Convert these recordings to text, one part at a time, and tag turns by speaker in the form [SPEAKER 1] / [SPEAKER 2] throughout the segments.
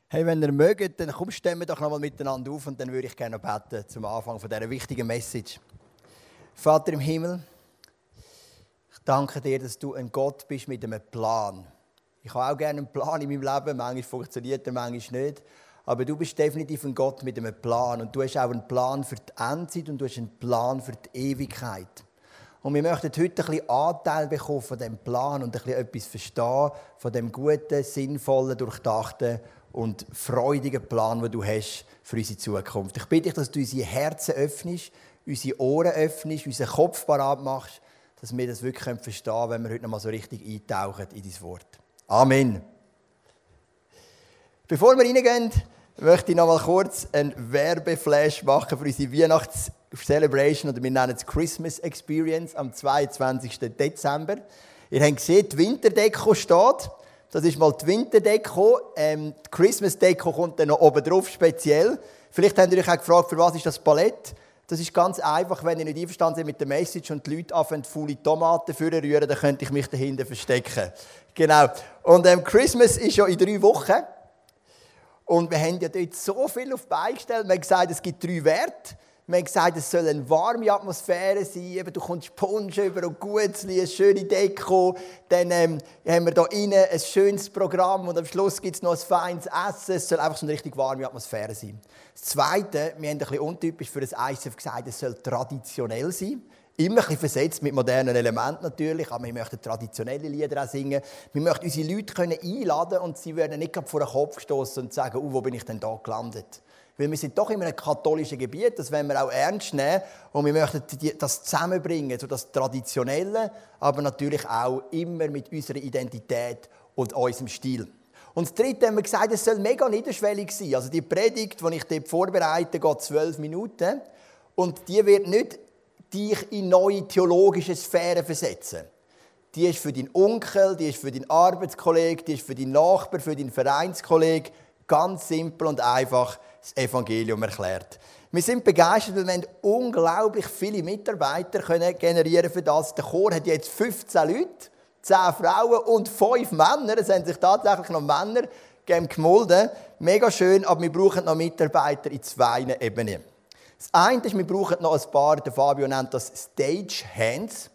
[SPEAKER 1] Hey, wenn ihr mögt, dann komm, stehen wir doch noch mal miteinander auf und dann würde ich gerne beten zum Anfang von dieser wichtigen Message. Vater im Himmel, ich danke dir, dass du ein Gott bist mit einem Plan. Ich habe auch gerne einen Plan in meinem Leben, manchmal funktioniert er, manchmal nicht. Aber du bist definitiv ein Gott mit einem Plan und du hast auch einen Plan für die Endzeit und du hast einen Plan für die Ewigkeit. Und wir möchten heute ein bisschen Anteil bekommen von diesem Plan und ein bisschen etwas verstehen von dem guten, sinnvollen, durchdachten und freudigen Plan, den du hast für unsere Zukunft. Ich bitte dich, dass du unsere Herzen öffnest, unsere Ohren öffnest, unseren Kopf parat machst, dass wir das wirklich verstehen können, wenn wir heute noch mal so richtig eintauchen in dein Wort. Amen. Bevor wir reingehen, möchte ich noch mal kurz einen Werbeflash machen für unsere Weihnachts-Celebration, oder wir nennen es Christmas Experience, am 22. Dezember. Ihr habt gesehen, die Winterdeko steht. Das ist mal die Winterdeko. Die Christmas-Deko kommt dann noch oben drauf, speziell. Vielleicht habt ihr euch auch gefragt, für was ist das Palett? Das ist ganz einfach, wenn ihr nicht einverstanden seid mit der Message und die Leute anfangen, faule Tomaten rühren, dann könnte ich mich dahinter verstecken. Genau. Und Christmas ist ja in 3 Wochen. Und wir haben ja dort so viel auf die Beine gestellt. Wir haben gesagt, es gibt 3 Werte. Wir haben gesagt, es soll eine warme Atmosphäre sein. Du kommst Punsch über und Gutzli, eine schöne Deko. Dann haben wir hier innen ein schönes Programm und am Schluss gibt es noch ein feines Essen. Es soll einfach so eine richtig warme Atmosphäre sein. Das Zweite, wir haben ein bisschen untypisch für das ICF gesagt, es soll traditionell sein. Immer ein bisschen versetzt mit modernen Elementen natürlich, aber wir möchten traditionelle Lieder auch singen. Wir möchten unsere Leute einladen und sie werden nicht vor den Kopf gestoßen und sagen, wo bin ich denn da gelandet? Weil wir sind doch in einem katholischen Gebiet, das wollen wir auch ernst nehmen. Und wir möchten das zusammenbringen, so das Traditionelle, aber natürlich auch immer mit unserer Identität und unserem Stil. Und das Dritte haben wir gesagt, es soll mega niederschwellig sein. Also die Predigt, die ich dort vorbereite, geht 12 Minuten. Und die wird nicht dich in neue theologische Sphären versetzen. Die ist für deinen Onkel, die ist für deinen Arbeitskollegen, die ist für deinen Nachbar, für deinen Vereinskollegen. Ganz simpel und einfach das Evangelium erklärt. Wir sind begeistert, weil wir unglaublich viele Mitarbeiter generieren für das. Der Chor hat jetzt 15 Leute, 10 Frauen und 5 Männer. Es haben sich tatsächlich noch Männer gemolden. Mega schön, aber wir brauchen noch Mitarbeiter in 2 Ebenen. Das eine ist, wir brauchen noch ein paar, der Fabio nennt das Stagehands.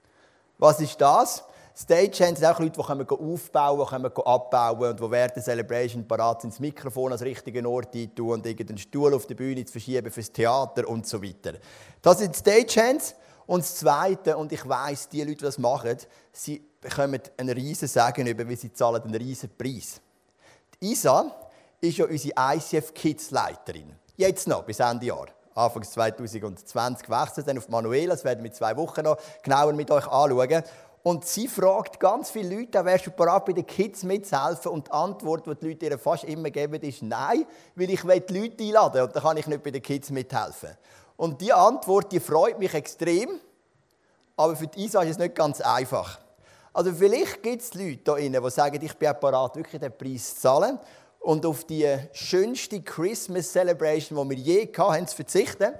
[SPEAKER 1] Was ist das? Stagehands sind auch Leute, die aufbauen können, abbauen und die während der Celebration parat sind, das Mikrofon an den richtigen Ort tun und irgendeinen Stuhl auf der Bühne zu verschieben fürs Theater und so weiter. Das sind Stagehands. Und das Zweite, und ich weiss, die Leute, die das machen, sie bekommen einen riesen Segen über, weil sie zahlen einen riesen Preis. Die Isa ist ja unsere ICF-Kids-Leiterin. Jetzt noch, bis Ende Jahr. Anfang 2020 wechselt dann auf Manuela. Das werden wir in 2 Wochen noch genauer mit euch anschauen. Und sie fragt ganz viele Leute, wärst du bereit, bei den Kids mitzuhelfen? Und die Antwort, die die Leute ihr fast immer geben, ist nein, weil ich die Leute einladen und dann kann ich nicht bei den Kids mithelfen. Und diese Antwort, die freut mich extrem, aber für die Isa ist es nicht ganz einfach. Also vielleicht gibt es Leute hier drin, die sagen, ich bin bereit, wirklich den Preis zu zahlen und auf die schönste Christmas Celebration, die wir je hatten, zu verzichten.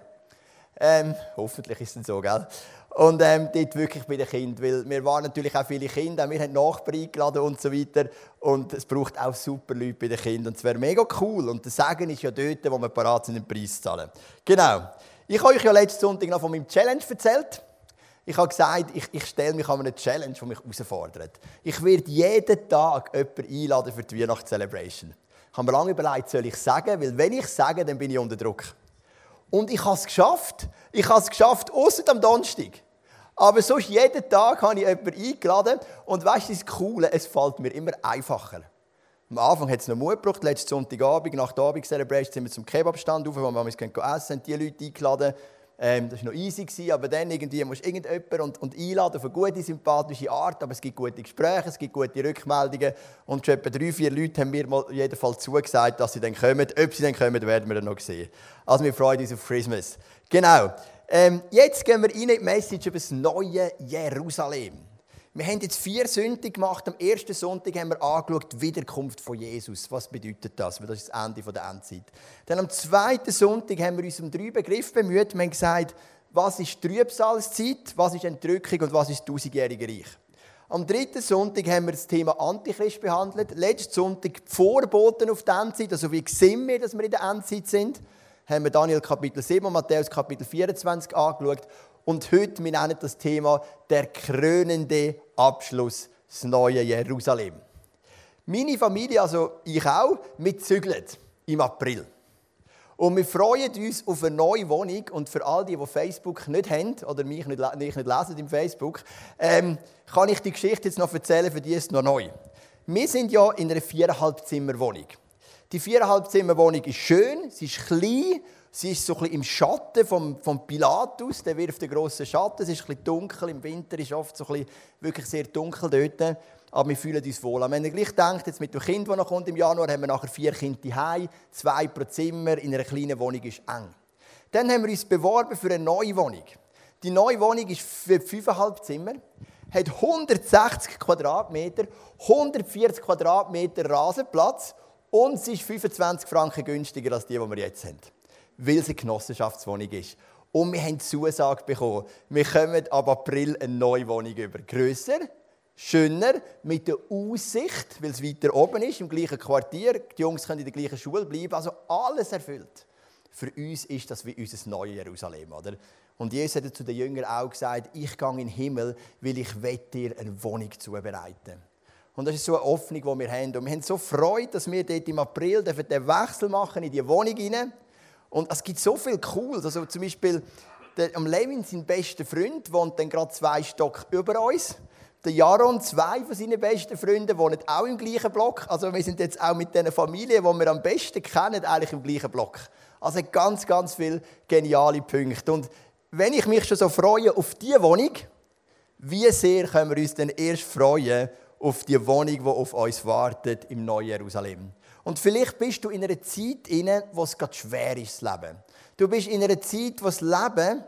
[SPEAKER 1] Hoffentlich ist es so, gell? Und dort wirklich bei den Kindern, weil wir waren natürlich auch viele Kinder, wir haben Nachbarn eingeladen und so weiter und es braucht auch super Leute bei den Kindern und es wäre mega cool und der Segen ist ja dort, wo wir bereit sind, den Preis zu zahlen. Genau. Ich habe euch ja letzten Sonntag noch von meinem Challenge erzählt. Ich habe gesagt, ich stelle mich an eine Challenge, die mich herausfordert. Ich werde jeden Tag jemanden einladen für die Weihnachts-Celebration. Ich habe mir lange überlegt, soll ich sagen, weil wenn ich sage, dann bin ich unter Druck. Und ich habe es geschafft. Ich habe es geschafft, ausser am Donnerstag. Aber sonst jeden Tag habe ich jemanden eingeladen. Und weißt du, das Coole, es fällt mir immer einfacher. Am Anfang hat es noch Mut gebraucht. Letzten Sonntagabend, nach der Abend-Celebration, sind wir zum Kebabstand rauf, wo wir essen gehen, haben die Leute eingeladen. Das war noch easy, aber dann irgendwie musst du irgendjemanden und einladen auf eine gute, sympathische Art. Aber es gibt gute Gespräche, es gibt gute Rückmeldungen. Und schon etwa 3-4 Leute haben mir mal jedenfalls zugesagt, dass sie dann kommen. Ob sie dann kommen, werden wir dann noch sehen. Also wir freuen uns auf Christmas. Genau. Jetzt gehen wir rein in die Message über das neue Jerusalem. Wir haben jetzt 4 Sonntage gemacht. Am ersten Sonntag haben wir angeschaut, die Wiederkunft von Jesus. Was bedeutet das? Weil das ist das Ende der Endzeit. Dann am zweiten Sonntag haben wir uns um 3 Begriffe bemüht. Wir haben gesagt, was ist Trübsalzeit, was ist Entrückung und was ist das 1000-jährige Reich. Am 3. Sonntag haben wir das Thema Antichrist behandelt. Letzten Sonntag die Vorboten auf die Endzeit, also wie sehen wir, dass wir in der Endzeit sind. Haben wir Daniel Kapitel 7 und Matthäus Kapitel 24 angeschaut. Und heute, wir nennen das Thema der krönende Abschluss, das neue Jerusalem. Meine Familie, also ich auch, wir zügeln im April. Und wir freuen uns auf eine neue Wohnung. Und für all die Facebook nicht haben oder mich nicht lesen im Facebook, kann ich die Geschichte jetzt noch erzählen, für die ist es noch neu. Wir sind ja in einer 4,5-Zimmer-Wohnung. Die 4,5-Zimmer-Wohnung ist schön, sie ist klein, sie ist so ein bisschen im Schatten vom Pilatus, der wirft einen grossen Schatten, es ist ein bisschen dunkel, im Winter ist oft so ein bisschen wirklich sehr dunkel dort. Aber wir fühlen uns wohl. Wenn ihr gleich denkt, jetzt mit dem Kind, das noch kommt im Januar, haben wir nachher 4 Kinder zu Hause, 2 pro Zimmer, in einer kleinen Wohnung ist eng. Dann haben wir uns beworben für eine neue Wohnung. Die neue Wohnung ist für 5,5 Zimmer, hat 160 Quadratmeter, 140 Quadratmeter Rasenplatz und sie ist 25 Franken günstiger als die wir jetzt haben, weil es eine Genossenschaftswohnung ist. Und wir haben die Zusage bekommen, wir kommen ab April eine neue Wohnung über. Grösser, schöner, mit der Aussicht, weil es weiter oben ist, im gleichen Quartier. Die Jungs können in der gleichen Schule bleiben. Also alles erfüllt. Für uns ist das wie unser neues Jerusalem. Oder? Und Jesus hat zu den Jüngern auch gesagt, ich gehe in den Himmel, weil ich dir eine Wohnung zubereiten. Und das ist so eine Hoffnung, die wir haben. Und wir haben so Freude, dass wir dort im April den Wechsel machen in die Wohnung hinein. Und es gibt so viel Cooles. Also zum Beispiel, am Levin, sein bester Freund, wohnt dann gerade 2 Stock über uns. Der Jaron, 2 von seinen besten Freunden, wohnen auch im gleichen Block. Also wir sind jetzt auch mit den Familien, die wir am besten kennen, eigentlich im gleichen Block. Also ganz, ganz viele geniale Punkte. Und wenn ich mich schon so freue auf diese Wohnung, wie sehr können wir uns dann erst freuen auf die Wohnung, die auf uns wartet im neuen Jerusalem. Und vielleicht bist du in einer Zeit, wo es gerade schwer ist, das Leben. Du bist in einer Zeit, wo das Leben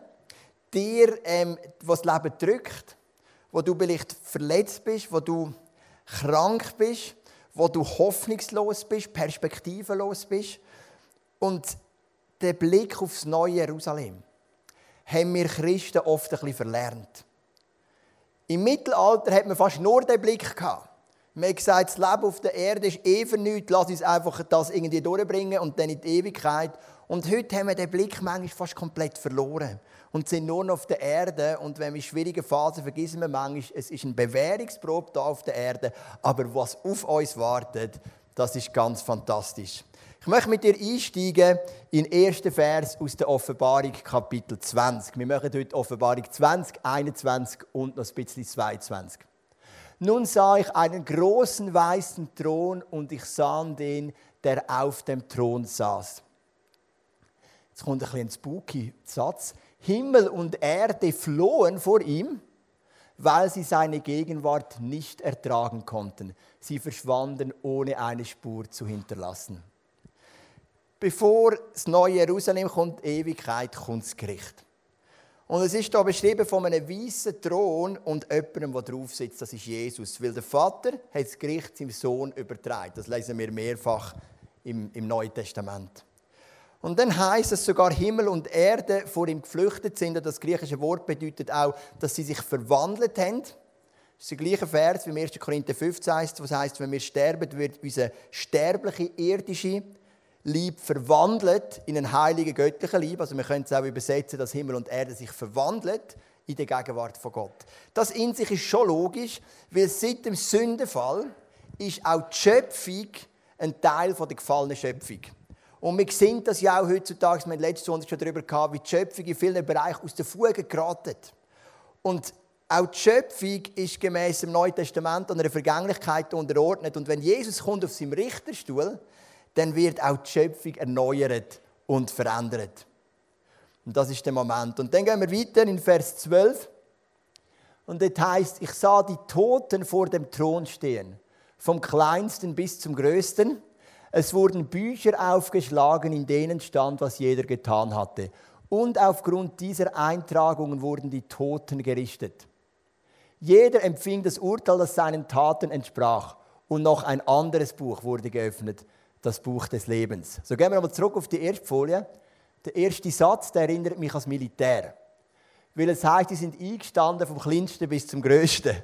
[SPEAKER 1] drückt, wo du vielleicht verletzt bist, wo du krank bist, wo du hoffnungslos bist, perspektivenlos bist. Und der Blick aufs neue Jerusalem haben wir Christen oft ein bisschen verlernt. Im Mittelalter hat man fast nur den Blick gehabt. Man hat gesagt, das Leben auf der Erde ist für nichts, lass uns einfach das irgendwie durchbringen und dann in die Ewigkeit. Und heute haben wir den Blick manchmal fast komplett verloren und sind nur noch auf der Erde. Und wenn wir in schwierigen Phasen vergessen wir manchmal, es ist eine Bewährungsprobe hier auf der Erde, aber was auf uns wartet, das ist ganz fantastisch. Ich möchte mit dir einsteigen in den ersten Vers aus der Offenbarung, Kapitel 20. Wir machen heute Offenbarung 20, 21 und noch ein bisschen 22. Nun sah ich einen großen weißen Thron und ich sah den, der auf dem Thron saß. Jetzt kommt ein spooky Satz. Himmel und Erde flohen vor ihm, weil sie seine Gegenwart nicht ertragen konnten. Sie verschwanden, ohne eine Spur zu hinterlassen. Bevor das neue Jerusalem kommt, die Ewigkeit, kommt das Gericht. Und es ist hier beschrieben von einem weißen Thron und jemandem, der drauf sitzt, das ist Jesus. Weil der Vater hat das Gericht seinem Sohn übertragen. Das lesen wir mehrfach im Neuen Testament. Und dann heisst es sogar, Himmel und Erde vor ihm geflüchtet sind. Und das griechische Wort bedeutet auch, dass sie sich verwandelt haben. Das ist der gleiche Vers wie im 1. Korinther 15 heißt, was heisst, wenn wir sterben, wird unser sterbliche, irdische Lieb verwandelt in einen heiligen, göttlichen Lieb. Also wir können es auch übersetzen, dass Himmel und Erde sich verwandelt in der Gegenwart von Gott. Das in sich ist schon logisch, weil seit dem Sündenfall ist auch die Schöpfung ein Teil der gefallenen Schöpfung. Und wir sehen das ja auch heutzutage, wir haben letzte Sonntag schon darüber gehabt, wie die Schöpfung in vielen Bereichen aus der Fuge geraten. Und auch die Schöpfung ist gemäss dem Neuen Testament einer Vergänglichkeit unterordnet. Und wenn Jesus kommt auf seinem Richterstuhl, dann wird auch die Schöpfung erneuert und verändert. Und das ist der Moment. Und dann gehen wir weiter in Vers 12. Und dort heisst, ich sah die Toten vor dem Thron stehen, vom Kleinsten bis zum Größten. Es wurden Bücher aufgeschlagen, in denen stand, was jeder getan hatte. Und aufgrund dieser Eintragungen wurden die Toten gerichtet. Jeder empfing das Urteil, das seinen Taten entsprach. Und noch ein anderes Buch wurde geöffnet, das Buch des Lebens. So gehen wir nochmal zurück auf die erste Folie. Der erste Satz, der erinnert mich ans Militär. Weil es heisst, die sind eingestanden vom Kleinsten bis zum Größten.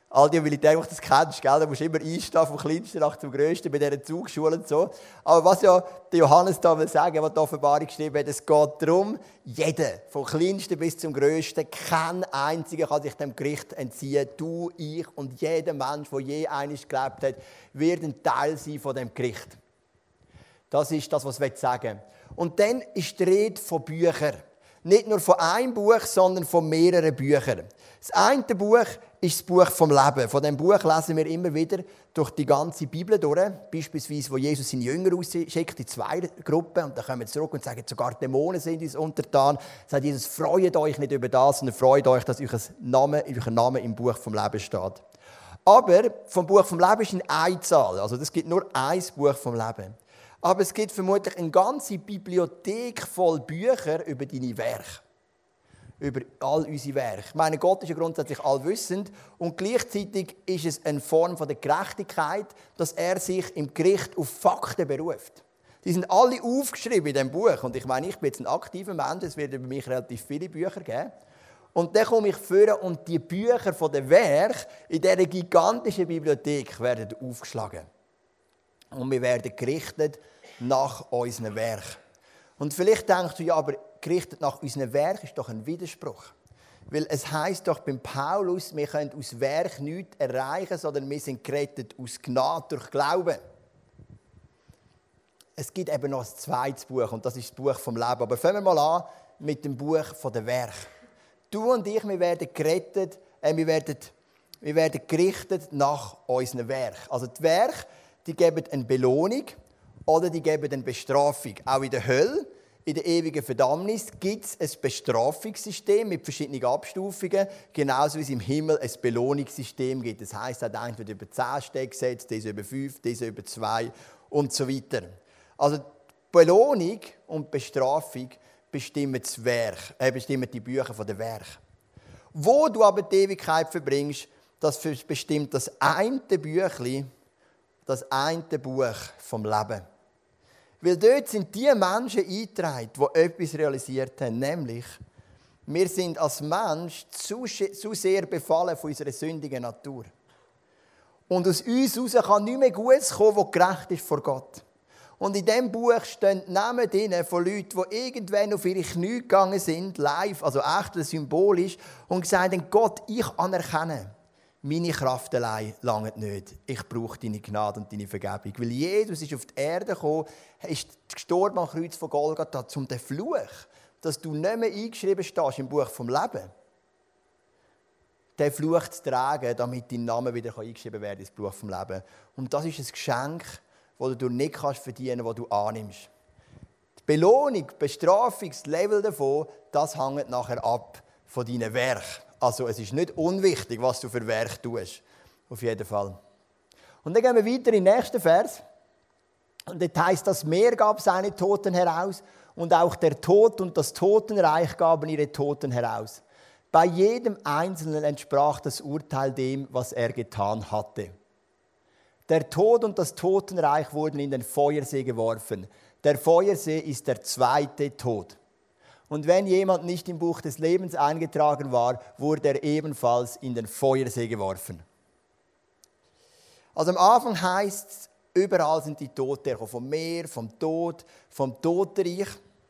[SPEAKER 1] All die Militär, die das kennst, gell? Da musst du immer einstehen, vom Kleinsten nach zum Grössten, bei dieser Zugschule und so. Aber was ja der Johannes da will sagen, was die Offenbarung geschrieben hat, es geht darum, jeder, vom Kleinsten bis zum Grössten, kein einziger kann sich dem Gericht entziehen. Du, ich und jeder Mensch, der je einmal gelebt hat, wird ein Teil sein von dem Gericht. Das ist das, was ich sagen will. Und dann ist die Rede von Büchern. Nicht nur von einem Buch, sondern von mehreren Büchern. Das eine Buch ist das Buch vom Leben. Von diesem Buch lesen wir immer wieder durch die ganze Bibel durch. Beispielsweise, wo Jesus seine Jünger ausschickt, die zwei Gruppen. Und dann kommen wir zurück und sagen, sogar Dämonen sind uns untertan. Sagt Jesus, freut euch nicht über das, sondern freut euch, dass euer Name im Buch vom Leben steht. Aber vom Buch vom Leben ist eine Einzahl. Also es gibt nur ein Buch vom Leben. Aber es gibt vermutlich eine ganze Bibliothek voll Bücher über deine Werke. Über all unsere Werke. Ich meine, Gott ist ja grundsätzlich allwissend und gleichzeitig ist es eine Form der Gerechtigkeit, dass er sich im Gericht auf Fakten beruft. Die sind alle aufgeschrieben in diesem Buch. Und ich meine, ich bin jetzt ein aktiver Mensch, es wird über mich relativ viele Bücher geben. Und dann komme ich vor und die Bücher von den Werken in dieser gigantischen Bibliothek werden aufgeschlagen. Und wir werden gerichtet nach unseren Werken. Und vielleicht denkst du, ja, aber gerichtet nach unseren Werken ist doch ein Widerspruch. Weil es heisst doch beim Paulus, wir können aus Werk nichts erreichen, sondern wir sind gerettet aus Gnade durch Glauben. Es gibt eben noch ein zweites Buch und das ist das Buch vom Leben. Aber fangen wir mal an mit dem Buch der Werke. Du und ich, wir werden gerettet, wir werden gerichtet nach unseren Werken. Also die Werke, die geben eine Belohnung oder die geben eine Bestrafung. Auch in der Hölle, in der ewigen Verdammnis, gibt es ein Bestrafungssystem mit verschiedenen Abstufungen, genauso wie es im Himmel ein Belohnungssystem gibt. Das heisst, der eine wird über 10 Steg gesetzt, dieser über 5, dieser über 2 und so weiter. Also die Belohnung und die Bestrafung bestimmen das Werk, bestimmen die Bücher der Werke. Wo du aber die Ewigkeit verbringst, das bestimmt das eine Büchlein, das eine Buch vom Leben. Weil dort sind die Menschen eingetragen, die etwas realisiert haben, nämlich, wir sind als Mensch zu sehr befallen von unserer sündigen Natur. Und aus uns heraus kann nichts mehr Gutes kommen, das gerecht ist vor Gott. Und in diesem Buch stehen Namen drin von Leuten, die irgendwann auf ihre Knie gegangen sind, live, also echt oder symbolisch, und gesagt haben, Gott, ich anerkenne, meine Kraft allein langt nicht. Ich brauche deine Gnade und deine Vergebung. Weil Jesus ist auf die Erde gekommen, ist gestorben am Kreuz von Golgatha, um den Fluch, dass du nicht mehr eingeschrieben stehst im Buch vom Leben, den Fluch zu tragen, damit dein Name wieder eingeschrieben werden ins Buch vom Leben. Und das ist ein Geschenk, das du nicht verdienen kannst, das du annimmst. Die Belohnung, die Bestrafung, das Level davon, das hängt nachher ab von deinen Werken. Also es ist nicht unwichtig, was du für Werk tust. Auf jeden Fall. Und dann gehen wir weiter in den nächsten Vers. Und dort heisst, das Meer gab seine Toten heraus und auch der Tod und das Totenreich gaben ihre Toten heraus. Bei jedem Einzelnen entsprach das Urteil dem, was er getan hatte. Der Tod und das Totenreich wurden in den Feuersee geworfen. Der Feuersee ist der zweite Tod. Und wenn jemand nicht im Buch des Lebens eingetragen war, wurde er ebenfalls in den Feuersee geworfen. Also am Anfang heisst es, überall sind die Toten hergekommen. Vom Meer, vom Tod, vom Totenreich.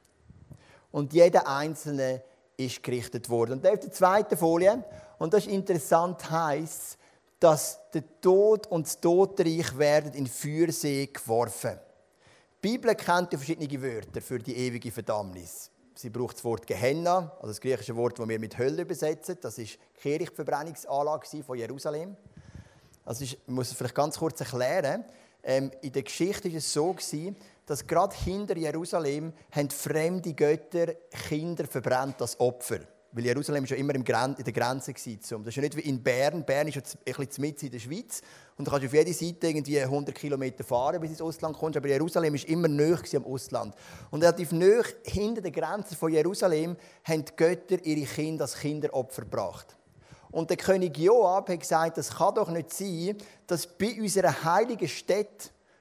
[SPEAKER 1] Und jeder Einzelne ist gerichtet worden. Und auf der zweiten Folie, und das ist interessant, heisst, dass der Tod und das Totenreich werden in den Feuersee geworfen. Die Bibel kennt ja verschiedene Wörter für die ewige Verdammnis. Sie braucht das Wort Gehenna, also das griechische Wort, das wir mit Hölle übersetzen. Das war die Kirchenverbrennungsanlage von Jerusalem. Also ich muss es vielleicht ganz kurz erklären. In der Geschichte war es so, dass gerade hinter Jerusalem haben fremde Götter Kinder verbrannt als Opfer. Weil Jerusalem schon immer in der Grenze war. Das ist ja nicht wie in Bern. Bern ist jetzt ein bisschen mitten in der Schweiz. Und du kannst auf jede Seite irgendwie 100 Kilometer fahren, bis du ins Ausland kommst. Aber Jerusalem war immer näher am Ausland. Und relativ näher hinter der Grenze von Jerusalem haben die Götter ihre Kinder als Kinderopfer gebracht. Und der König Joab hat gesagt, das kann doch nicht sein, dass bei unserer heiligen Stätte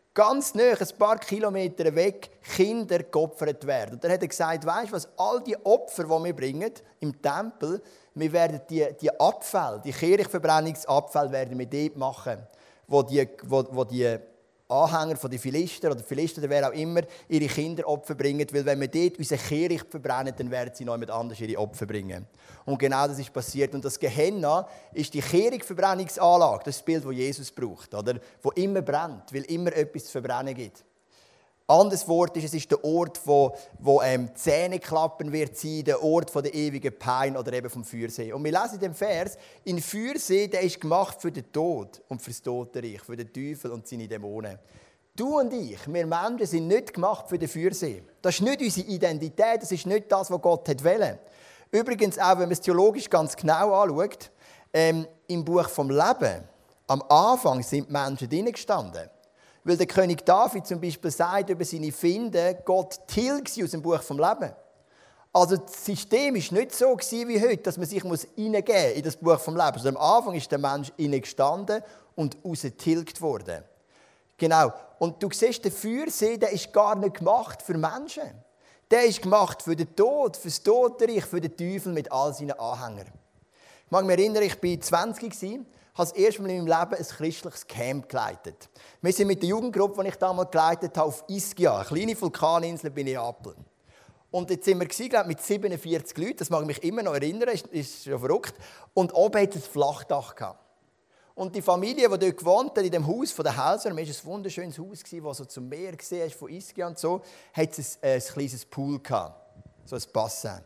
[SPEAKER 1] ganz nahe, ein paar Kilometer weg, Kinder geopfert werden. Und dann hat er gesagt, weisst du was, all die Opfer, die wir bringen im Tempel, wir werden die Abfälle, die Kirchenverbrennungsabfälle werden wir dort machen, wo die Anhänger von den Philister oder Philister oder wer auch immer ihre Kinderopfer bringen, weil wenn wir dort unsere Kirche verbrennen, dann werden sie noch jemand anders ihre Opfer bringen. Und genau das ist passiert. Und das Gehenna ist die Kirchenverbrennungsanlage, das ist das Bild, das Jesus braucht, oder? Wo immer brennt, weil immer etwas zu verbrennen gibt. Anderes Wort ist, es ist der Ort, wo Zähneklappen wird sein, der Ort der ewigen Pein oder eben vom Feuersee. Und wir lesen in dem Vers, in Feuersee, der ist gemacht für den Tod und für das Totenreich, für den Teufel und seine Dämonen. Du und ich, wir Menschen, sind nicht gemacht für den Feuersee. Das ist nicht unsere Identität, das ist nicht das, was Gott wollte. Übrigens, auch wenn man es theologisch ganz genau anschaut, im Buch vom Leben, am Anfang sind die Menschen drinnen gestanden. Weil der König David zum Beispiel sagt über seine Finde, Gott tilgt sie aus dem Buch vom Leben. Also das System war nicht so wie heute, dass man sich hineingeben muss in das Buch vom Leben. Also am Anfang ist der Mensch innen gestanden und rausgetilgt worden. Genau. Und du siehst, der Feuersee, der ist gar nicht gemacht für Menschen. Der ist gemacht für den Tod, für das Totenreich, für den Teufel mit all seinen Anhängern. Ich mag mich erinnern, ich war 20, habe das erste Mal in meinem Leben ein christliches Camp geleitet. Wir sind mit der Jugendgruppe, die ich damals geleitet habe, auf Ischia, eine kleine Vulkaninsel bei Neapel. Und jetzt waren wir, glaube ich, mit 47 Leuten, das mag ich mich immer noch erinnern, ist schon verrückt. Und oben hatte es ein Flachdach gehabt. Und die Familie, die dort gewohnt hat, in dem Haus der Hälser, es war ein wunderschönes Haus, das so zum Meer war, von Ischia und so, hatte ein kleines Pool gehabt, so ein Bassin.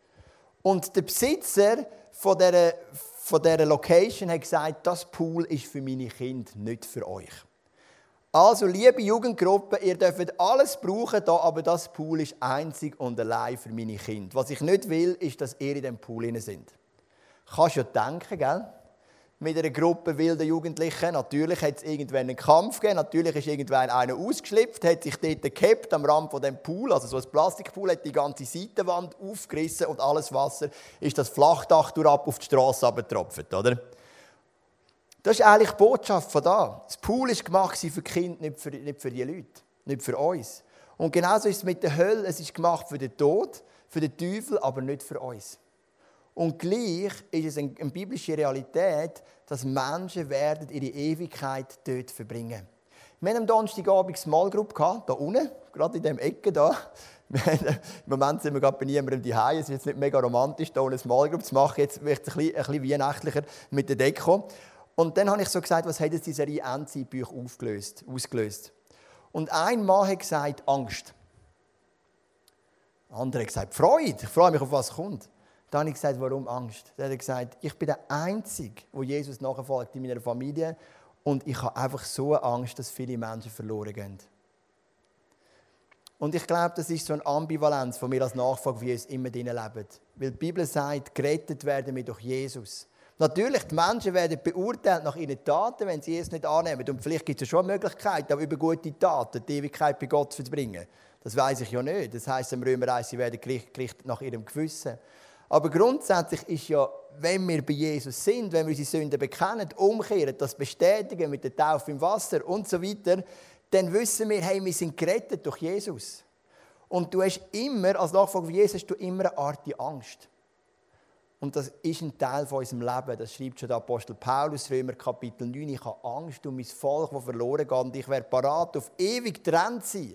[SPEAKER 1] Und der Besitzer von dieser Location hat gesagt, das Pool ist für meine Kinder, nicht für euch. Also, liebe Jugendgruppe, ihr dürft alles brauchen, aber das Pool ist einzig und allein für meine Kinder. Was ich nicht will, ist, dass ihr in diesem Pool drin seid. Kannst du ja denken, gell? Mit einer Gruppe wilder Jugendlichen. Natürlich hat es irgendwann einen Kampf gegeben. Natürlich ist irgendwann einer ausgeschlüpft, hat sich dort gehabt am Rand von dem Pool, also so ein Plastikpool, hat die ganze Seitenwand aufgerissen und alles Wasser ist das Flachdach durchab auf die Straße runtergetropft, oder? Das ist eigentlich die Botschaft von da. Das Pool ist gemacht für die Kinder, nicht für die Leute, nicht für uns. Und genauso ist es mit der Hölle. Es ist gemacht für den Tod, für den Teufel, aber nicht für uns. Und gleich ist es eine biblische Realität, dass Menschen werden ihre Ewigkeit dort verbringen. Wir hatten am Donnerstagabend eine Small Group gehabt, hier unten, gerade in dieser Ecke hier. Im Moment sind wir gerade bei niemandem zu Hause. Es ist jetzt nicht mega romantisch, hier eine Small Group zu machen. Jetzt wird es ein bisschen weihnachtlicher mit der Deko. Und dann habe ich so gesagt, was hat jetzt die Serie Endziehbücher ausgelöst? Und ein Mann hat gesagt, Angst. Der andere hat gesagt, Freude. Ich freue mich, auf was kommt. Dann habe ich gesagt, warum Angst? Dann hat er gesagt, ich bin der Einzige, der Jesus nachfolgt in meiner Familie. Und ich habe einfach so Angst, dass viele Menschen verloren gehen. Und ich glaube, das ist so eine Ambivalenz von mir als Nachfolger, wie wir es immer drin leben. Weil die Bibel sagt, gerettet werden wir durch Jesus. Natürlich, die Menschen werden beurteilt nach ihren Taten, wenn sie es nicht annehmen. Und vielleicht gibt es ja schon eine Möglichkeit, aber über gute Taten die Ewigkeit bei Gott zu verbringen. Das weiss ich ja nicht. Das heisst im Römer 1, sie werden gerichtet nach ihrem Gewissen. Aber grundsätzlich ist ja, wenn wir bei Jesus sind, wenn wir unsere Sünden bekennen, umkehren, das bestätigen mit der Taufe im Wasser und so weiter, dann wissen wir, hey, wir sind gerettet durch Jesus. Und du hast immer, als Nachfolger von Jesus, hast du immer eine Art Angst. Und das ist ein Teil von unserem Leben. Das schreibt schon der Apostel Paulus, Römer Kapitel 9. Ich habe Angst um mein Volk, das verloren geht. Und ich werde bereit, auf ewig getrennt sein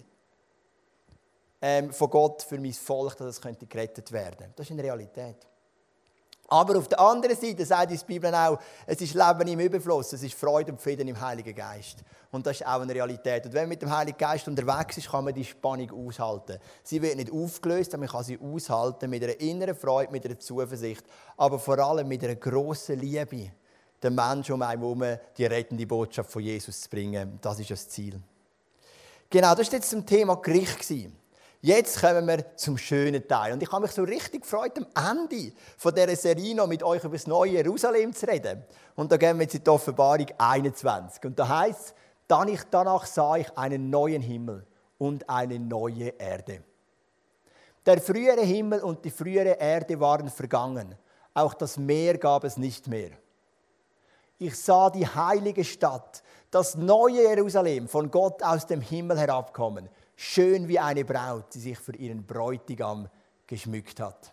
[SPEAKER 1] von Gott für mein Volk, dass es gerettet werden könnte. Das ist eine Realität. Aber auf der anderen Seite sagt die Bibel auch, es ist Leben im Überfluss, es ist Freude und Frieden im Heiligen Geist. Und das ist auch eine Realität. Und wenn man mit dem Heiligen Geist unterwegs ist, kann man die Spannung aushalten. Sie wird nicht aufgelöst, aber man kann sie aushalten mit einer inneren Freude, mit einer Zuversicht, aber vor allem mit einer grossen Liebe, den Menschen um einen herum die rettende Botschaft von Jesus zu bringen. Das ist das Ziel. Genau, das war jetzt zum Thema Gericht. Jetzt kommen wir zum schönen Teil. Und ich habe mich so richtig gefreut, am Ende von dieser Serie noch mit euch über das neue Jerusalem zu reden. Und da gehen wir jetzt in die Offenbarung 21. Und da heisst es, danach sah ich einen neuen Himmel und eine neue Erde. Der frühere Himmel und die frühere Erde waren vergangen. Auch das Meer gab es nicht mehr. Ich sah die heilige Stadt, Das neue Jerusalem, von Gott aus dem Himmel herabkommen, schön wie eine Braut, die sich für ihren Bräutigam geschmückt hat.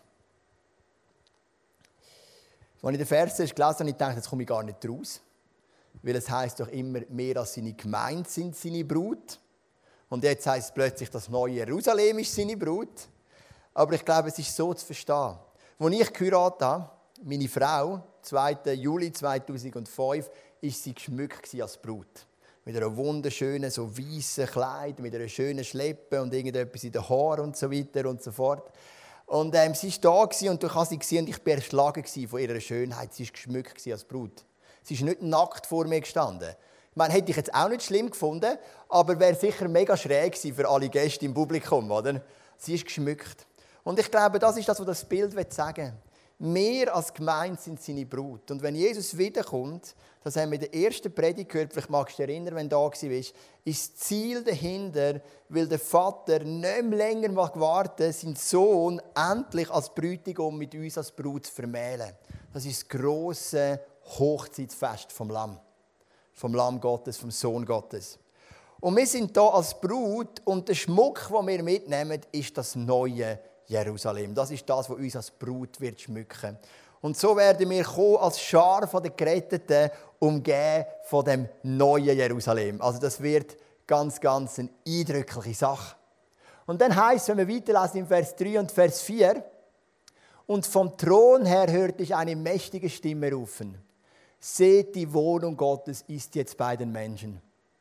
[SPEAKER 1] Als ich den Vers gelesen habe, ich dachte, jetzt komme ich gar nicht raus. Weil es heisst doch immer, mehr als seine Gemeinde sind seine Brut. Und jetzt heisst es plötzlich, das neue Jerusalem ist seine Brut. Aber ich glaube, es ist so zu verstehen. Als ich geheiratet habe, meine Frau, 2. Juli 2005, war sie geschmückt als Brut. Mit einer wunderschönen, so weißen Kleid, mit einer schönen Schleppe und irgendetwas in den Haaren und so weiter und so fort. Und sie war da und du hast sie gesehen und ich war erschlagen von ihrer Schönheit. Sie war geschmückt als Brut. Sie ist nicht nackt vor mir gestanden. Ich meine, hätte ich jetzt auch nicht schlimm gefunden, aber wäre sicher mega schräg gewesen für alle Gäste im Publikum, oder? Sie ist geschmückt. Und ich glaube, das ist das, was das Bild sagen will. Mehr als gemeint sind seine Brut. Und wenn Jesus wiederkommt, das haben wir in der ersten Predigt gehört, vielleicht magst du dich erinnern, wenn du da warst, ist das Ziel dahinter, weil der Vater nicht mehr länger warten seinen Sohn endlich als Bräutigam mit uns als Brut zu vermählen. Das ist das grosse Hochzeitsfest vom Lamm Gottes, vom Sohn Gottes. Und wir sind hier als Brut und der Schmuck, den wir mitnehmen, ist das neue Jerusalem. Das ist das, was uns als Brut wird schmücken. Und so werden wir kommen als Schar der Geretteten, umgeben von dem neuen Jerusalem. Also das wird ganz eine eindrückliche Sache. Und dann heisst es, wenn wir weiterlesen im Vers 3 und Vers 4, und vom Thron her hörte ich eine mächtige Stimme rufen: Seht, die Wohnung Gottes ist jetzt bei den Menschen.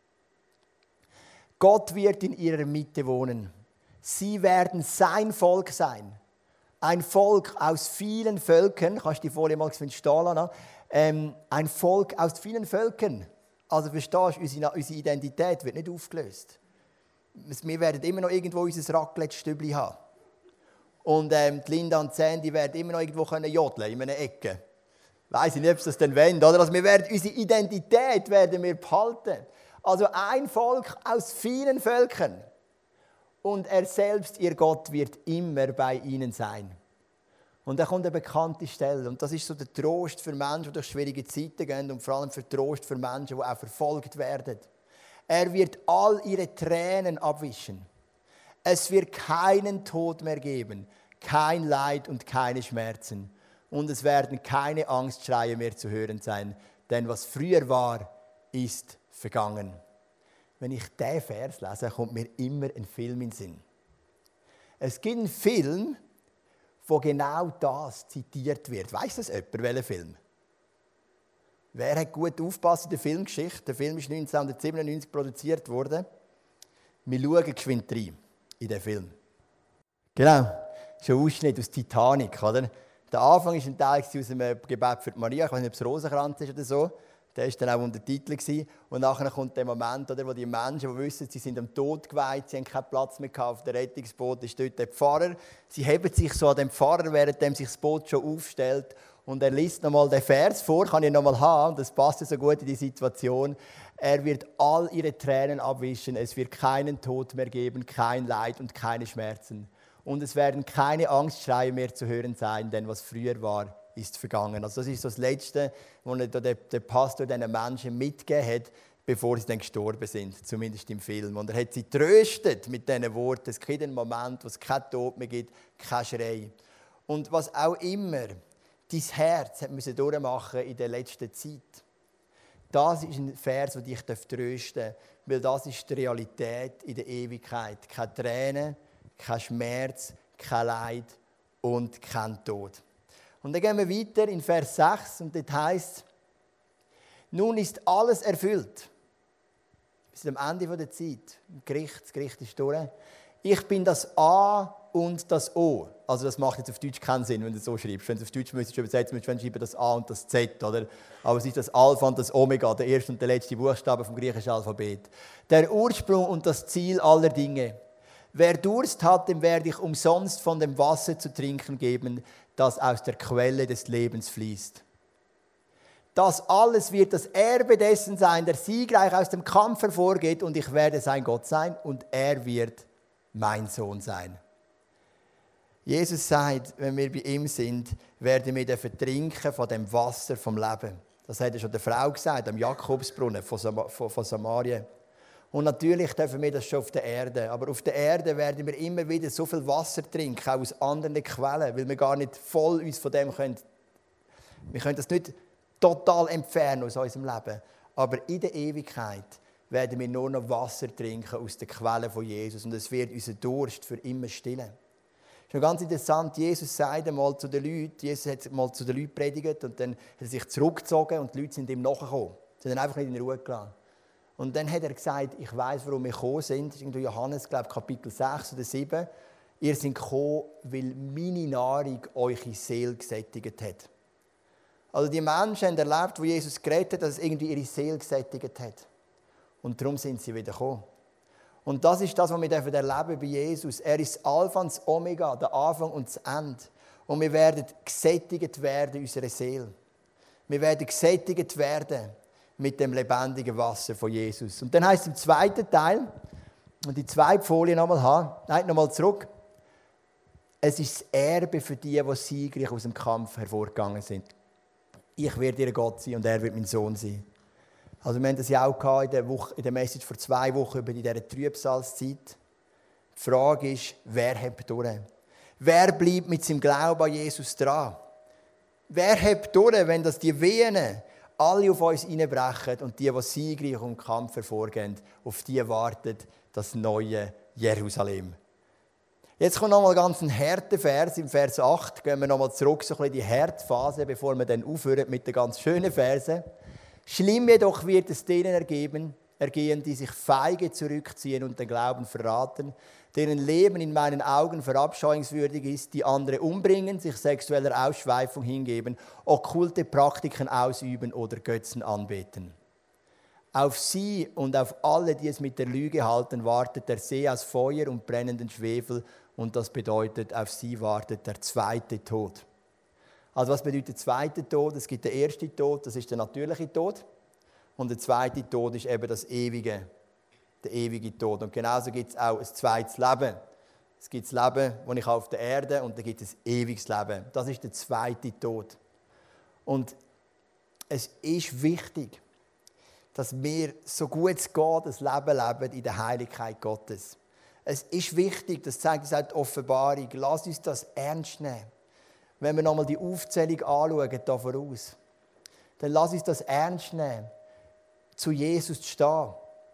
[SPEAKER 1] Gott wird in ihrer Mitte wohnen. Sie werden sein Volk sein. Ein Volk aus vielen Völkern. Kannst du die Folie mal stehen lassen? Ein Volk aus vielen Völkern. Also verstehst du, unsere Identität wird nicht aufgelöst. Wir werden immer noch irgendwo unser Raclette-Stübli haben. Und die Linda und Sandy werden immer noch irgendwo jodeln in einer Ecke. Ich weiss nicht, ob sie das dann wollen, oder? Also unsere Identität werden wir behalten. Also ein Volk aus vielen Völkern. Und er selbst, ihr Gott, wird immer bei ihnen sein. Und da kommt eine bekannte Stelle. Und das ist so der Trost für Menschen, die durch schwierige Zeiten gehen und vor allem für Trost für Menschen, die auch verfolgt werden. Er wird all ihre Tränen abwischen. Es wird keinen Tod mehr geben, kein Leid und keine Schmerzen. Und es werden keine Angstschreie mehr zu hören sein, denn was früher war, ist vergangen. Wenn ich diesen Vers lese, kommt mir immer ein Film in den Sinn. Es gibt einen Film, wo genau das zitiert wird. Weiss das jemand, welcher Film? Wer hat gut aufgepasst in der Filmgeschichte? Der Film ist 1997 produziert worden. Wir schauen geschwind rein in den Film. Genau, das ist ein Ausschnitt aus Titanic, oder? Der Anfang war ein Teil aus einem Gebet für Maria. Ich weiß nicht, ob es Rosenkranz ist oder so. Der war dann auch Untertitel. Und nachher kommt der Moment, oder, wo die Menschen, die wissen, sie sind am Tod geweiht, sie haben keinen Platz mehr gehabt auf dem Rettungsboot, ist dort der Pfarrer. Sie heben sich so an den Pfarrer, während sich das Boot schon aufstellt. Und er liest nochmal den Vers vor, kann ich nochmal haben, das passt so gut in die Situation. Er wird all ihre Tränen abwischen, es wird keinen Tod mehr geben, kein Leid und keine Schmerzen. Und es werden keine Angstschreie mehr zu hören sein, denn was früher war, ist vergangen. Also das ist so das Letzte, was der Pastor diesen Menschen mitgegeben hat, bevor sie dann gestorben sind, zumindest im Film. Und er hat sie tröstet mit diesen Worten. Es gibt einen Moment, wo es keinen Tod mehr gibt, kein Schrei. Und was auch immer dein Herz hat müssen durchmachen in der letzten Zeit. Das ist ein Vers, der dich trösten darf, weil das ist die Realität in der Ewigkeit. Keine Tränen, kein Schmerz, kein Leid und kein Tod. Und dann gehen wir weiter in Vers 6 und dort heisst: Nun ist alles erfüllt. Wir sind am Ende der Zeit. Das Gericht ist durch. Ich bin das A und das O. Also das macht jetzt auf Deutsch keinen Sinn, wenn du es so schreibst. Wenn du es auf Deutsch müsstest übersetzen, müsstest du schreiben das A und das Z. Oder? Aber es ist das Alpha und das Omega, der erste und der letzte Buchstabe vom griechischen Alphabet. Der Ursprung und das Ziel aller Dinge. Wer Durst hat, dem werde ich umsonst von dem Wasser zu trinken geben, das aus der Quelle des Lebens fließt. Das alles wird das Erbe dessen sein, der siegreich aus dem Kampf hervorgeht, und ich werde sein Gott sein und er wird mein Sohn sein. Jesus sagt, wenn wir bei ihm sind, werden wir trinken von dem Wasser vom Leben. Das hat er schon der Frau gesagt, am Jakobsbrunnen von Samarien. Und natürlich dürfen wir das schon auf der Erde. Aber auf der Erde werden wir immer wieder so viel Wasser trinken, auch aus anderen Quellen, weil wir gar nicht voll uns von dem können. Wir können das nicht total entfernen aus unserem Leben. Aber in der Ewigkeit werden wir nur noch Wasser trinken aus den Quellen von Jesus. Und es wird unseren Durst für immer stillen. Das ist noch ganz interessant. Jesus sagt einmal zu den Leuten, Jesus hat mal zu den Leuten predigt und dann hat er sich zurückgezogen und die Leute sind ihm nachgekommen. Sie haben ihn einfach nicht in Ruhe gelassen. Und dann hat er gesagt, ich weiss, warum wir gekommen sind. Das ist irgendwie Johannes, glaube ich, Kapitel 6 oder 7. Ihr seid gekommen, weil meine Nahrung eure Seele gesättigt hat. Also die Menschen haben erlebt, wo Jesus geredet hat, dass es irgendwie ihre Seele gesättigt hat. Und darum sind sie wieder gekommen. Und das ist das, was wir erleben bei Jesus. Er ist das Alpha und das Omega, der Anfang und das Ende. Und wir werden gesättigt werden in unserer Seele. Wir werden gesättigt werden mit dem lebendigen Wasser von Jesus. Und dann heisst es im zweiten Teil, und die zweite Folie nochmal haben, nein, nochmal zurück. Es ist das Erbe für die siegreich aus dem Kampf hervorgegangen sind. Ich werde ihr Gott sein und er wird mein Sohn sein. Also wir haben das ja auch in der Message vor 2 Wochen über dieser Trübsalzeit. Die Frage ist, wer hebt durch? Wer bleibt mit seinem Glauben an Jesus dran? Wer hebt durch, wenn das die Wehen alle auf uns einbrechen und die siegreich im Kampf hervorgehen, auf die wartet das neue Jerusalem. Jetzt kommt nochmal ganz ein harter Vers. Im Vers 8 gehen wir nochmal zurück, so ein bisschen die Härtphase, bevor wir dann aufhören mit den ganz schönen Versen. Schlimm jedoch wird es denen ergehen, die sich feige zurückziehen und den Glauben verraten, deren Leben in meinen Augen verabscheuungswürdig ist, die andere umbringen, sich sexueller Ausschweifung hingeben, okkulte Praktiken ausüben oder Götzen anbeten. Auf sie und auf alle, die es mit der Lüge halten, wartet der See aus Feuer und brennenden Schwefel, und das bedeutet, auf sie wartet der zweite Tod. Also was bedeutet der zweite Tod? Es gibt den ersten Tod, das ist der natürliche Tod. Und der zweite Tod ist eben der ewige Tod. Und genauso gibt es auch ein zweites Leben. Es gibt das Leben, das ich auf der Erde habe, und dann gibt es ein ewiges Leben. Das ist der zweite Tod. Und es ist wichtig, dass wir, so gut es geht, das Leben leben in der Heiligkeit Gottes. Es ist wichtig, das zeigt uns auch die Offenbarung. Lass uns das ernst nehmen. Wenn wir nochmal die Aufzählung anschauen, da voraus, dann lass uns das ernst nehmen, zu Jesus zu stehen.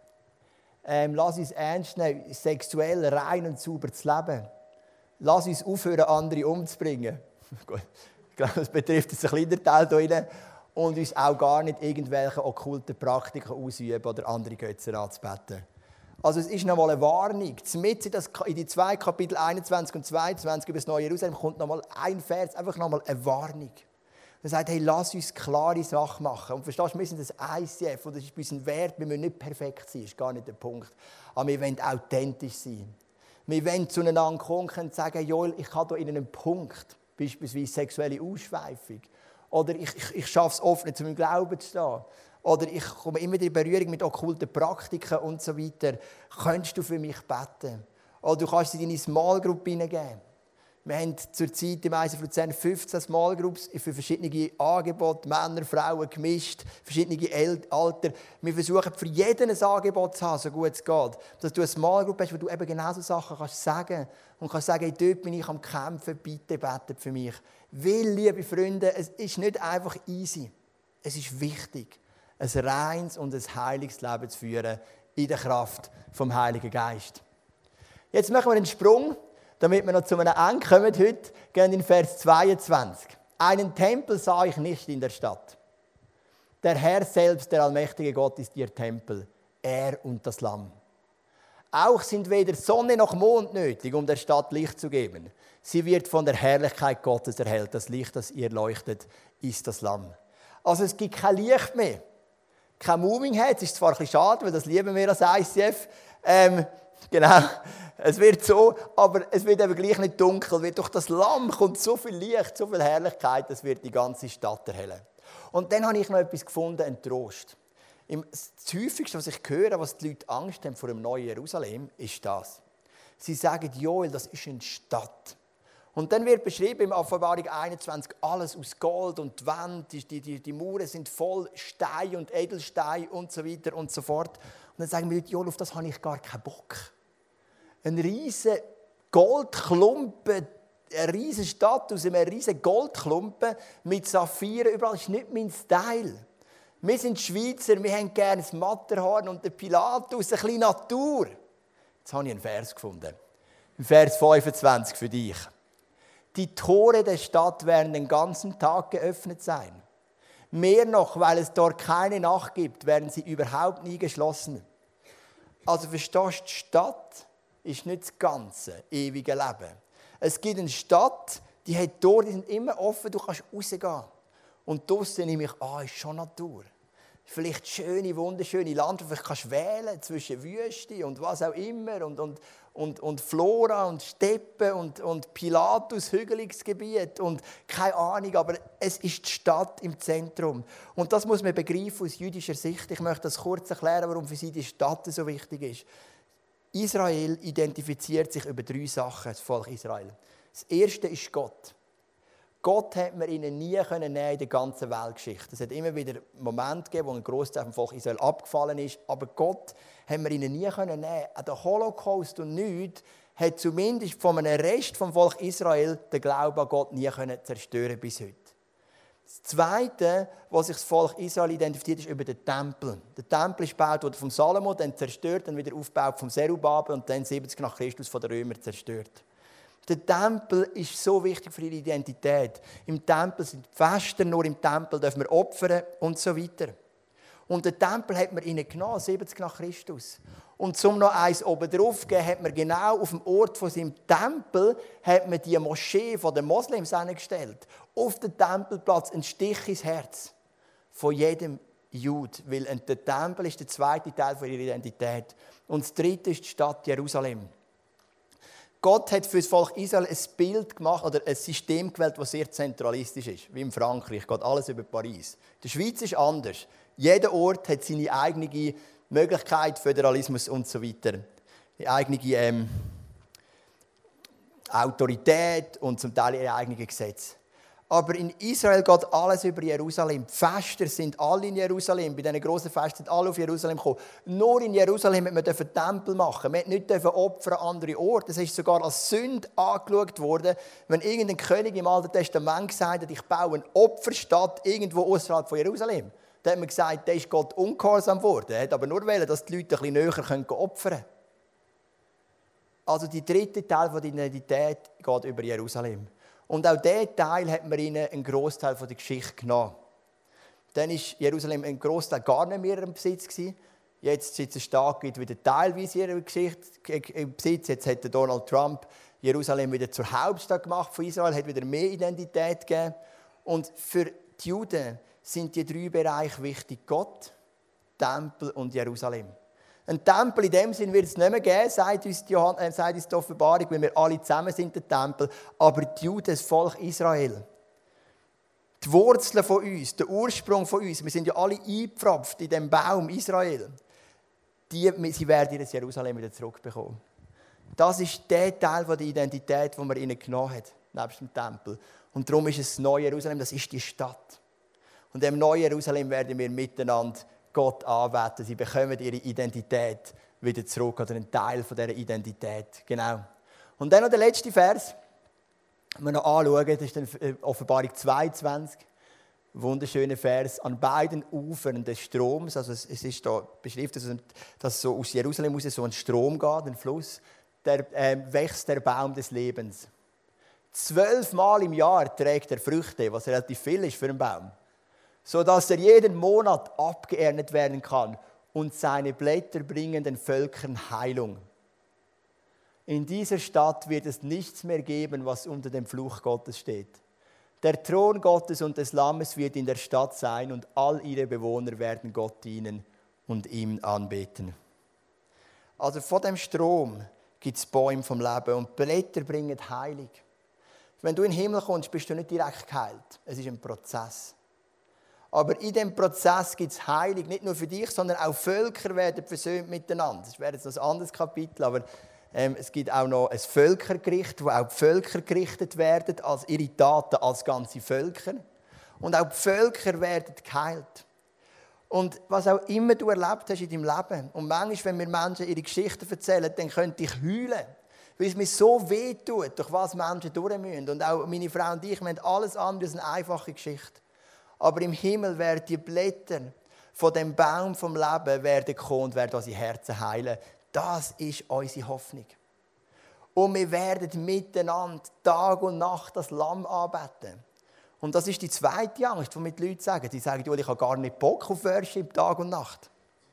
[SPEAKER 1] Lass uns ernst nehmen, sexuell rein und sauber zu leben. Lass uns aufhören, andere umzubringen. Ich glaube, das betrifft jetzt einen kleinen Teil hier drin. Und uns auch gar nicht irgendwelche okkulten Praktiken ausüben oder andere Götzen anzubeten. Also es ist nochmal eine Warnung. Mitten in die 2 Kapitel 21 und 22 über das neue Jerusalem kommt nochmal ein Vers, einfach nochmal eine Warnung. Er sagt, hey, lass uns klare Sachen machen. Und verstehst du, wir sind das ICF und das ist bei uns ein Wert, wir müssen nicht perfekt sein, das ist gar nicht der Punkt. Aber wir wollen authentisch sein. Wir wollen zueinander kommen und sagen, Joel, ich habe hier in einem Punkt, beispielsweise sexuelle Ausschweifung. Oder ich schaffe es oft nicht, zu meinem Glauben zu stehen. Oder ich komme immer in Berührung mit okkulten Praktiken und so weiter. Könntest du für mich beten? Oder du kannst sie in deine Small Group hineingeben. Wir haben zurzeit im ICF Luzern 15 Small Groups für verschiedene Angebote, Männer, Frauen, gemischt, verschiedene Alter. Wir versuchen für jeden ein Angebot zu haben, so gut es geht. Dass du eine Small Group hast, wo du eben genau so Sachen kannst sagen und kannst sagen, hey, dort bin ich am Kämpfen, bitte betet für mich. Weil, liebe Freunde, es ist nicht einfach easy. Es ist wichtig, ein reines und ein heiliges Leben zu führen in der Kraft vom Heiligen Geist. Jetzt machen wir einen Sprung, damit wir noch zu einem Ende kommen heute, gehen in Vers 22. Einen Tempel sah ich nicht in der Stadt. Der Herr selbst, der allmächtige Gott, ist ihr Tempel, er und das Lamm. Auch sind weder Sonne noch Mond nötig, um der Stadt Licht zu geben. Sie wird von der Herrlichkeit Gottes erhellt. Das Licht, das ihr leuchtet, ist das Lamm. Also es gibt kein Licht mehr. Kein Moving Head. Das ist zwar ein bisschen schade, weil das lieben wir als ICF. Genau, es wird so, aber es wird eben gleich nicht dunkel, weil durch das Lamm kommt so viel Licht, so viel Herrlichkeit, das wird die ganze Stadt erhellen. Und dann habe ich noch etwas gefunden, einen Trost. Das häufigste, was ich höre, was die Leute Angst haben vor dem neuen Jerusalem, ist das. Sie sagen, Joel, das ist eine Stadt. Und dann wird beschrieben im Offenbarung 21, alles aus Gold und die Wände, die Mauern sind voll Stein und Edelstein und so weiter und so fort. Und dann sagen wir, Joel, auf das habe ich gar keinen Bock. Ein riesen Goldklumpen, eine riesige Stadt aus einem riesigen Goldklumpen mit Saphiren überall, ist nicht mein Style. Wir sind Schweizer, wir haben gerne das Matterhorn und den Pilatus, ein bisschen Natur. Jetzt habe ich einen Vers gefunden. Vers 25 für dich. Die Tore der Stadt werden den ganzen Tag geöffnet sein. Mehr noch, weil es dort keine Nacht gibt, werden sie überhaupt nie geschlossen. Also verstehst du, die Stadt ist nicht das ganze ewige Leben. Es gibt eine Stadt, die hat Tore, die sind immer offen, du kannst rausgehen. Und draussen nehme ich an, ist schon Natur. Vielleicht schöne, wunderschöne Landschaft, vielleicht kannst du wählen zwischen Wüste und was auch immer und Flora und Steppen und Pilatus, hügeliges Gebiet und keine Ahnung, aber es ist die Stadt im Zentrum. Und das muss man begreifen aus jüdischer Sicht. Ich möchte das kurz erklären, warum für sie die Stadt so wichtig ist. Israel identifiziert sich über 3 Sachen, das Volk Israel. Das erste ist Gott. Gott hat man ihnen nie nehmen in der ganzen Weltgeschichte. Es hat immer wieder Momente gegeben, wo ein Grossteil vom Volk Israel abgefallen ist. Aber Gott hat man ihnen nie nehmen. An der Holocaust und nichts hat zumindest von einem Rest vom Volk Israel den Glauben an Gott nie zerstören bis heute. Das Zweite, was sich das Volk Israel identifiziert, ist über den Tempel. Der Tempel ist gebaut worden von Salomo, dann zerstört, dann wieder aufgebaut von Zerubabel und dann 70 nach Christus von den Römern zerstört. Der Tempel ist so wichtig für ihre Identität. Im Tempel sind die Feste, nur im Tempel dürfen wir opfern und so weiter. Und den Tempel hat man ihnen genommen, 70 nach Christus. Und zum noch eins oben drauf geben, hat man genau auf dem Ort von seinem Tempel hat man die Moschee von den Moslems hingestellt. Auf den Tempelplatz ein Stich ins Herz von jedem Jude. Weil der Tempel ist der zweite Teil ihrer Identität. Und das dritte ist die Stadt Jerusalem. Gott hat für das Volk Israel ein Bild gemacht oder ein System gewählt, das sehr zentralistisch ist, wie in Frankreich, geht alles über Paris. In der Schweiz ist anders. Jeder Ort hat seine eigene Möglichkeit, Föderalismus und so weiter. Die eigene Autorität und zum Teil ihre eigenen Gesetze. Aber in Israel geht alles über Jerusalem. Die Fester sind alle in Jerusalem. Bei diesen grossen Festen sind alle auf Jerusalem gekommen. Nur in Jerusalem durfte man Tempel machen. Man durfte nicht Opfer an andere Orte. Es ist sogar als Sünde angeschaut worden, wenn irgendein König im Alten Testament gesagt hat, ich baue eine Opferstadt irgendwo außerhalb von Jerusalem. Dann hat man gesagt, der ist Gott ungehorsam geworden. Er hat aber nur wollen, dass die Leute ein bisschen näher opfern können. Also der dritte Teil der Identität geht über Jerusalem. Und auch diesen Teil hat man ihnen einen Grossteil der Geschichte genommen. Dann war Jerusalem ein Grossteil gar nicht mehr im Besitz gewesen. Jetzt, seit es stark gibt, wieder teilweise ihre Geschichte im Besitz. Jetzt hat Donald Trump Jerusalem wieder zur Hauptstadt gemacht von Israel, hat wieder mehr Identität gegeben. Und für die Juden sind die 3 Bereiche wichtig: Gott, Tempel und Jerusalem. Ein Tempel in dem Sinn wird es nicht mehr geben, sagt uns die Offenbarung, weil wir alle zusammen sind, der Tempel. Aber die Juden, das Volk Israel, die Wurzeln von uns, der Ursprung von uns, wir sind ja alle eingepfropft in dem Baum Israel, sie werden ihr Jerusalem wieder zurückbekommen. Das ist der Teil der Identität, den man ihnen genommen hat, nebst dem Tempel. Und darum ist es das neue Jerusalem, das ist die Stadt. Und im neuen Jerusalem werden wir miteinander Gott anbeten. Sie bekommen ihre Identität wieder zurück, oder einen Teil von dieser Identität. Genau. Und dann noch der letzte Vers, den wir noch anschauen, das ist dann Offenbarung 22. Wunderschöner Vers. An beiden Ufern des Stroms, also es ist da beschrieben, dass so aus Jerusalem raus so ein Strom geht, ein Fluss, wächst der Baum des Lebens. 12 Mal im Jahr trägt er Früchte, was relativ viel ist für einen Baum, sodass er jeden Monat abgeerntet werden kann, und seine Blätter bringen den Völkern Heilung. In dieser Stadt wird es nichts mehr geben, was unter dem Fluch Gottes steht. Der Thron Gottes und des Lammes wird in der Stadt sein, und all ihre Bewohner werden Gott dienen und ihm anbeten. Also von dem Strom gibt es Bäume vom Leben, und Blätter bringen Heilung. Wenn du in den Himmel kommst, bist du nicht direkt geheilt. Es ist ein Prozess. Aber in diesem Prozess gibt es Heilung, nicht nur für dich, sondern auch Völker werden versöhnt miteinander. Das wäre jetzt ein anderes Kapitel, aber Es gibt auch noch ein Völkergericht, wo auch die Völker gerichtet werden, als ihre Taten als ganze Völker. Und auch die Völker werden geheilt. Und was auch immer du erlebt hast in deinem Leben, und manchmal, wenn mir Menschen ihre Geschichten erzählen, dann könnte ich heulen, weil es mir so weh tut, durch was Menschen durch müssen. Und auch meine Frau und ich, wir haben alles andere als eine einfache Geschichte. Aber im Himmel werden die Blätter von dem Baum vom Leben werden kommen und werden unsere Herzen heilen. Das ist unsere Hoffnung. Und wir werden miteinander Tag und Nacht das Lamm anbeten. Und das ist die zweite Angst, die mir die Leute sagen. Die sagen, ich habe gar nicht Bock auf Worship Tag und Nacht.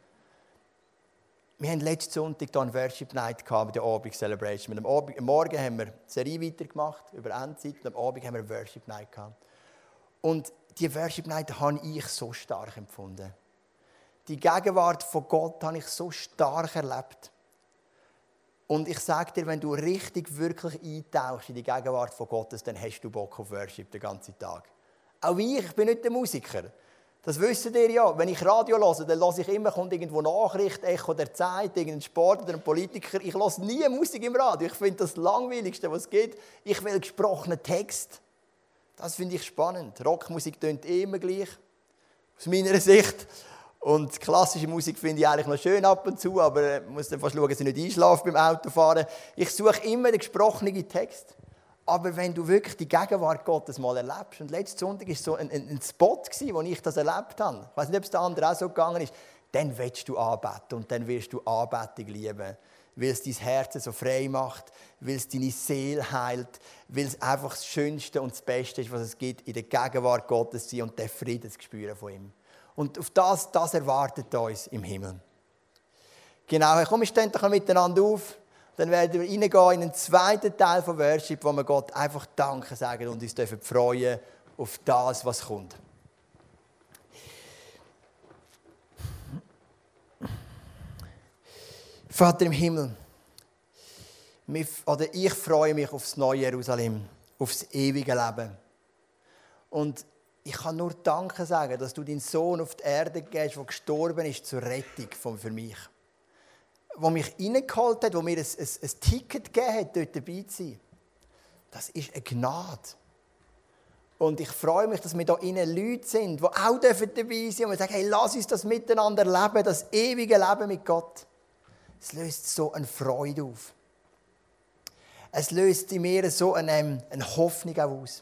[SPEAKER 1] Wir hatten letzten Sonntag hier eine Worship Night bei der Abend Celebration. Am Morgen haben wir die Serie weitergemacht über Endzeit und am Abend haben wir eine Worship Night gehabt. Und die Worship Night habe ich so stark empfunden. Die Gegenwart von Gott habe ich so stark erlebt. Und ich sage dir, wenn du richtig, wirklich eintauchst in die Gegenwart von Gottes, dann hast du Bock auf Worship den ganzen Tag. Auch ich bin nicht der Musiker. Das wisst ihr ja. Wenn ich Radio höre, dann höre ich immer, kommt irgendwo Nachricht, Echo der Zeit, irgendein Sport oder ein Politiker. Ich höre nie Musik im Radio. Ich finde das Langweiligste, was es gibt. Ich will gesprochenen Text. Das finde ich spannend. Rockmusik tönt immer gleich, aus meiner Sicht. Und klassische Musik finde ich eigentlich noch schön ab und zu, aber ich muss dann fast schauen, dass ich nicht einschlafe beim Autofahren. Ich suche immer den gesprochenen Text. Aber wenn du wirklich die Gegenwart Gottes mal erlebst, und letzten Sonntag war so ein Spot, wo ich das erlebt habe, ich weiß nicht, ob es der andere auch so gegangen ist, dann willst du anbeten und dann wirst du Anbetung lieben. Weil es dein Herz so frei macht, weil es deine Seele heilt, weil es einfach das Schönste und das Beste ist, was es gibt, in der Gegenwart Gottes zu sein und den Frieden zu spüren von ihm. Und auf das erwartet uns im Himmel. Genau, komm, wir stehen doch miteinander auf. Dann werden wir reingehen in den zweiten Teil von Worship, wo wir Gott einfach Danke sagen und uns freuen auf das, was kommt. Vater im Himmel, ich freue mich auf das neue Jerusalem, auf das ewige Leben. Und ich kann nur Danke sagen, dass du deinen Sohn auf die Erde gibst, der gestorben ist zur Rettung für mich. Der mich reingeholt hat, der mir ein Ticket gegeben hat, dort dabei zu sein. Das ist eine Gnade. Und ich freue mich, dass wir hier innen Leute sind, die auch dabei sein dürfen und wir sagen, hey, lass uns das miteinander leben, das ewige Leben mit Gott. Es löst so eine Freude auf. Es löst in mir so eine Hoffnung aus.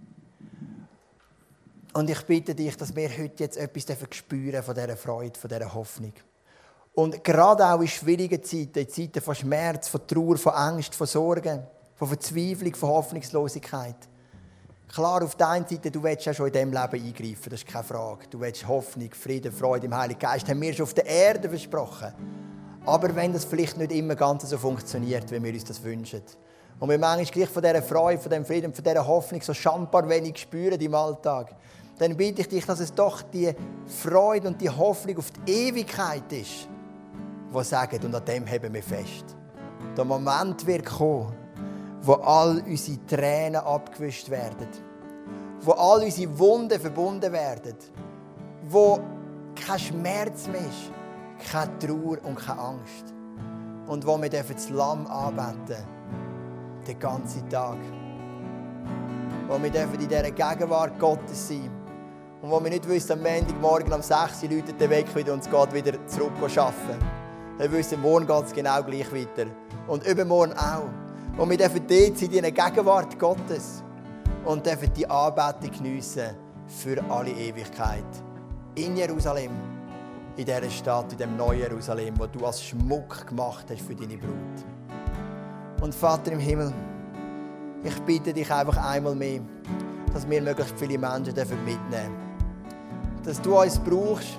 [SPEAKER 1] Und ich bitte dich, dass wir heute jetzt etwas spüren von dieser Freude, von dieser Hoffnung. Und gerade auch in schwierigen Zeiten, in Zeiten von Schmerz, von Trauer, von Angst, von Sorgen, von Verzweiflung, von Hoffnungslosigkeit. Klar, auf der einen Seite, du willst ja schon in diesem Leben eingreifen, das ist keine Frage. Du willst Hoffnung, Frieden, Freude im Heiligen Geist, haben wir schon auf der Erde versprochen. Aber wenn das vielleicht nicht immer ganz so funktioniert, wie wir uns das wünschen, und wir manchmal gleich von dieser Freude, von diesem Frieden, von dieser Hoffnung so schambar wenig spüren im Alltag, dann bitte ich dich, dass es doch die Freude und die Hoffnung auf die Ewigkeit ist, die sagen, und an dem haben wir fest. Der Moment wird kommen, wo all unsere Tränen abgewischt werden, wo all unsere Wunden verbunden werden, wo kein Schmerz mehr ist, keine Trauer und keine Angst. Und wo wir das Lamm anbeten, den ganzen Tag. Wo wir in dieser Gegenwart Gottes sein dürfen. Und wo wir nicht wissen, am Montagmorgen um 6 Uhr läutet der Weg wieder und es geht wieder zurück arbeiten. Dann wissen, morgen geht es genau gleich weiter. Und übermorgen auch. Und wir dürfen dort sein, in der Gegenwart Gottes. Und dürfen die Anbetung geniessen für alle Ewigkeit. In Jerusalem. In dieser Stadt, in dem neuen Jerusalem, wo du als Schmuck gemacht hast für deine Brut. Und Vater im Himmel, ich bitte dich einfach einmal mehr, dass wir möglichst viele Menschen mitnehmen dürfen. Dass du uns brauchst,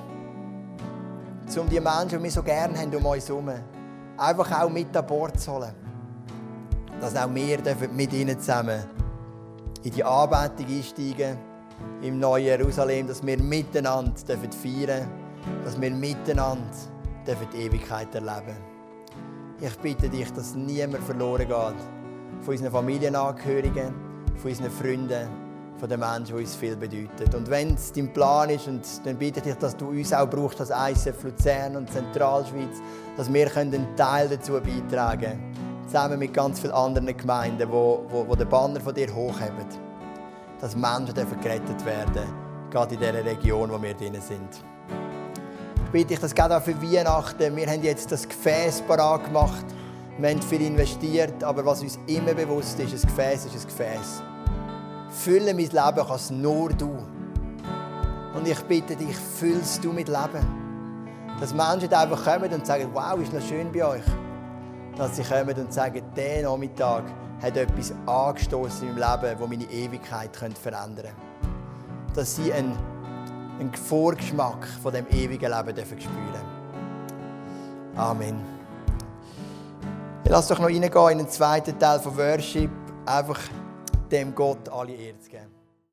[SPEAKER 1] um die Menschen, die wir so gerne haben, um uns herum, einfach auch mit an Bord zu holen. Dass auch wir mit ihnen zusammen in die Anbetung einsteigen, im neuen Jerusalem, dass wir miteinander feiern dürfen, dass wir miteinander die Ewigkeit erleben dürfen. Ich bitte dich, dass niemand verloren geht. Von unseren Familienangehörigen, von unseren Freunden, von den Menschen, die uns viel bedeuten. Und wenn es dein Plan ist, und dann bitte ich dich, dass du uns auch brauchst, als ICF Luzern und Zentralschweiz, dass wir einen Teil dazu beitragen können, zusammen mit ganz vielen anderen Gemeinden, die den Banner von dir hochheben. Dass Menschen gerettet werden, gerade in dieser Region, wo wir drin sind. Ich bitte dich, dass gerade auch für Weihnachten, wir haben jetzt das Gefäß parat gemacht, wir haben viel investiert, aber was uns immer bewusst ist, ein Gefäß ist ein Gefäß. Füllen mein Leben kannst nur du. Und ich bitte dich, füllst du mit Leben. Dass Menschen einfach kommen und sagen, wow, ist noch schön bei euch. Dass sie kommen und sagen, dieser Nachmittag hat etwas angestoßen in meinem Leben, das meine Ewigkeit verändern könnte. Dass sie einen Vorgeschmack von dem ewigen Leben spüren dürfen. Amen. Lass doch noch reingehen in den zweiten Teil von Worship, einfach dem Gott alle Ehre zu geben.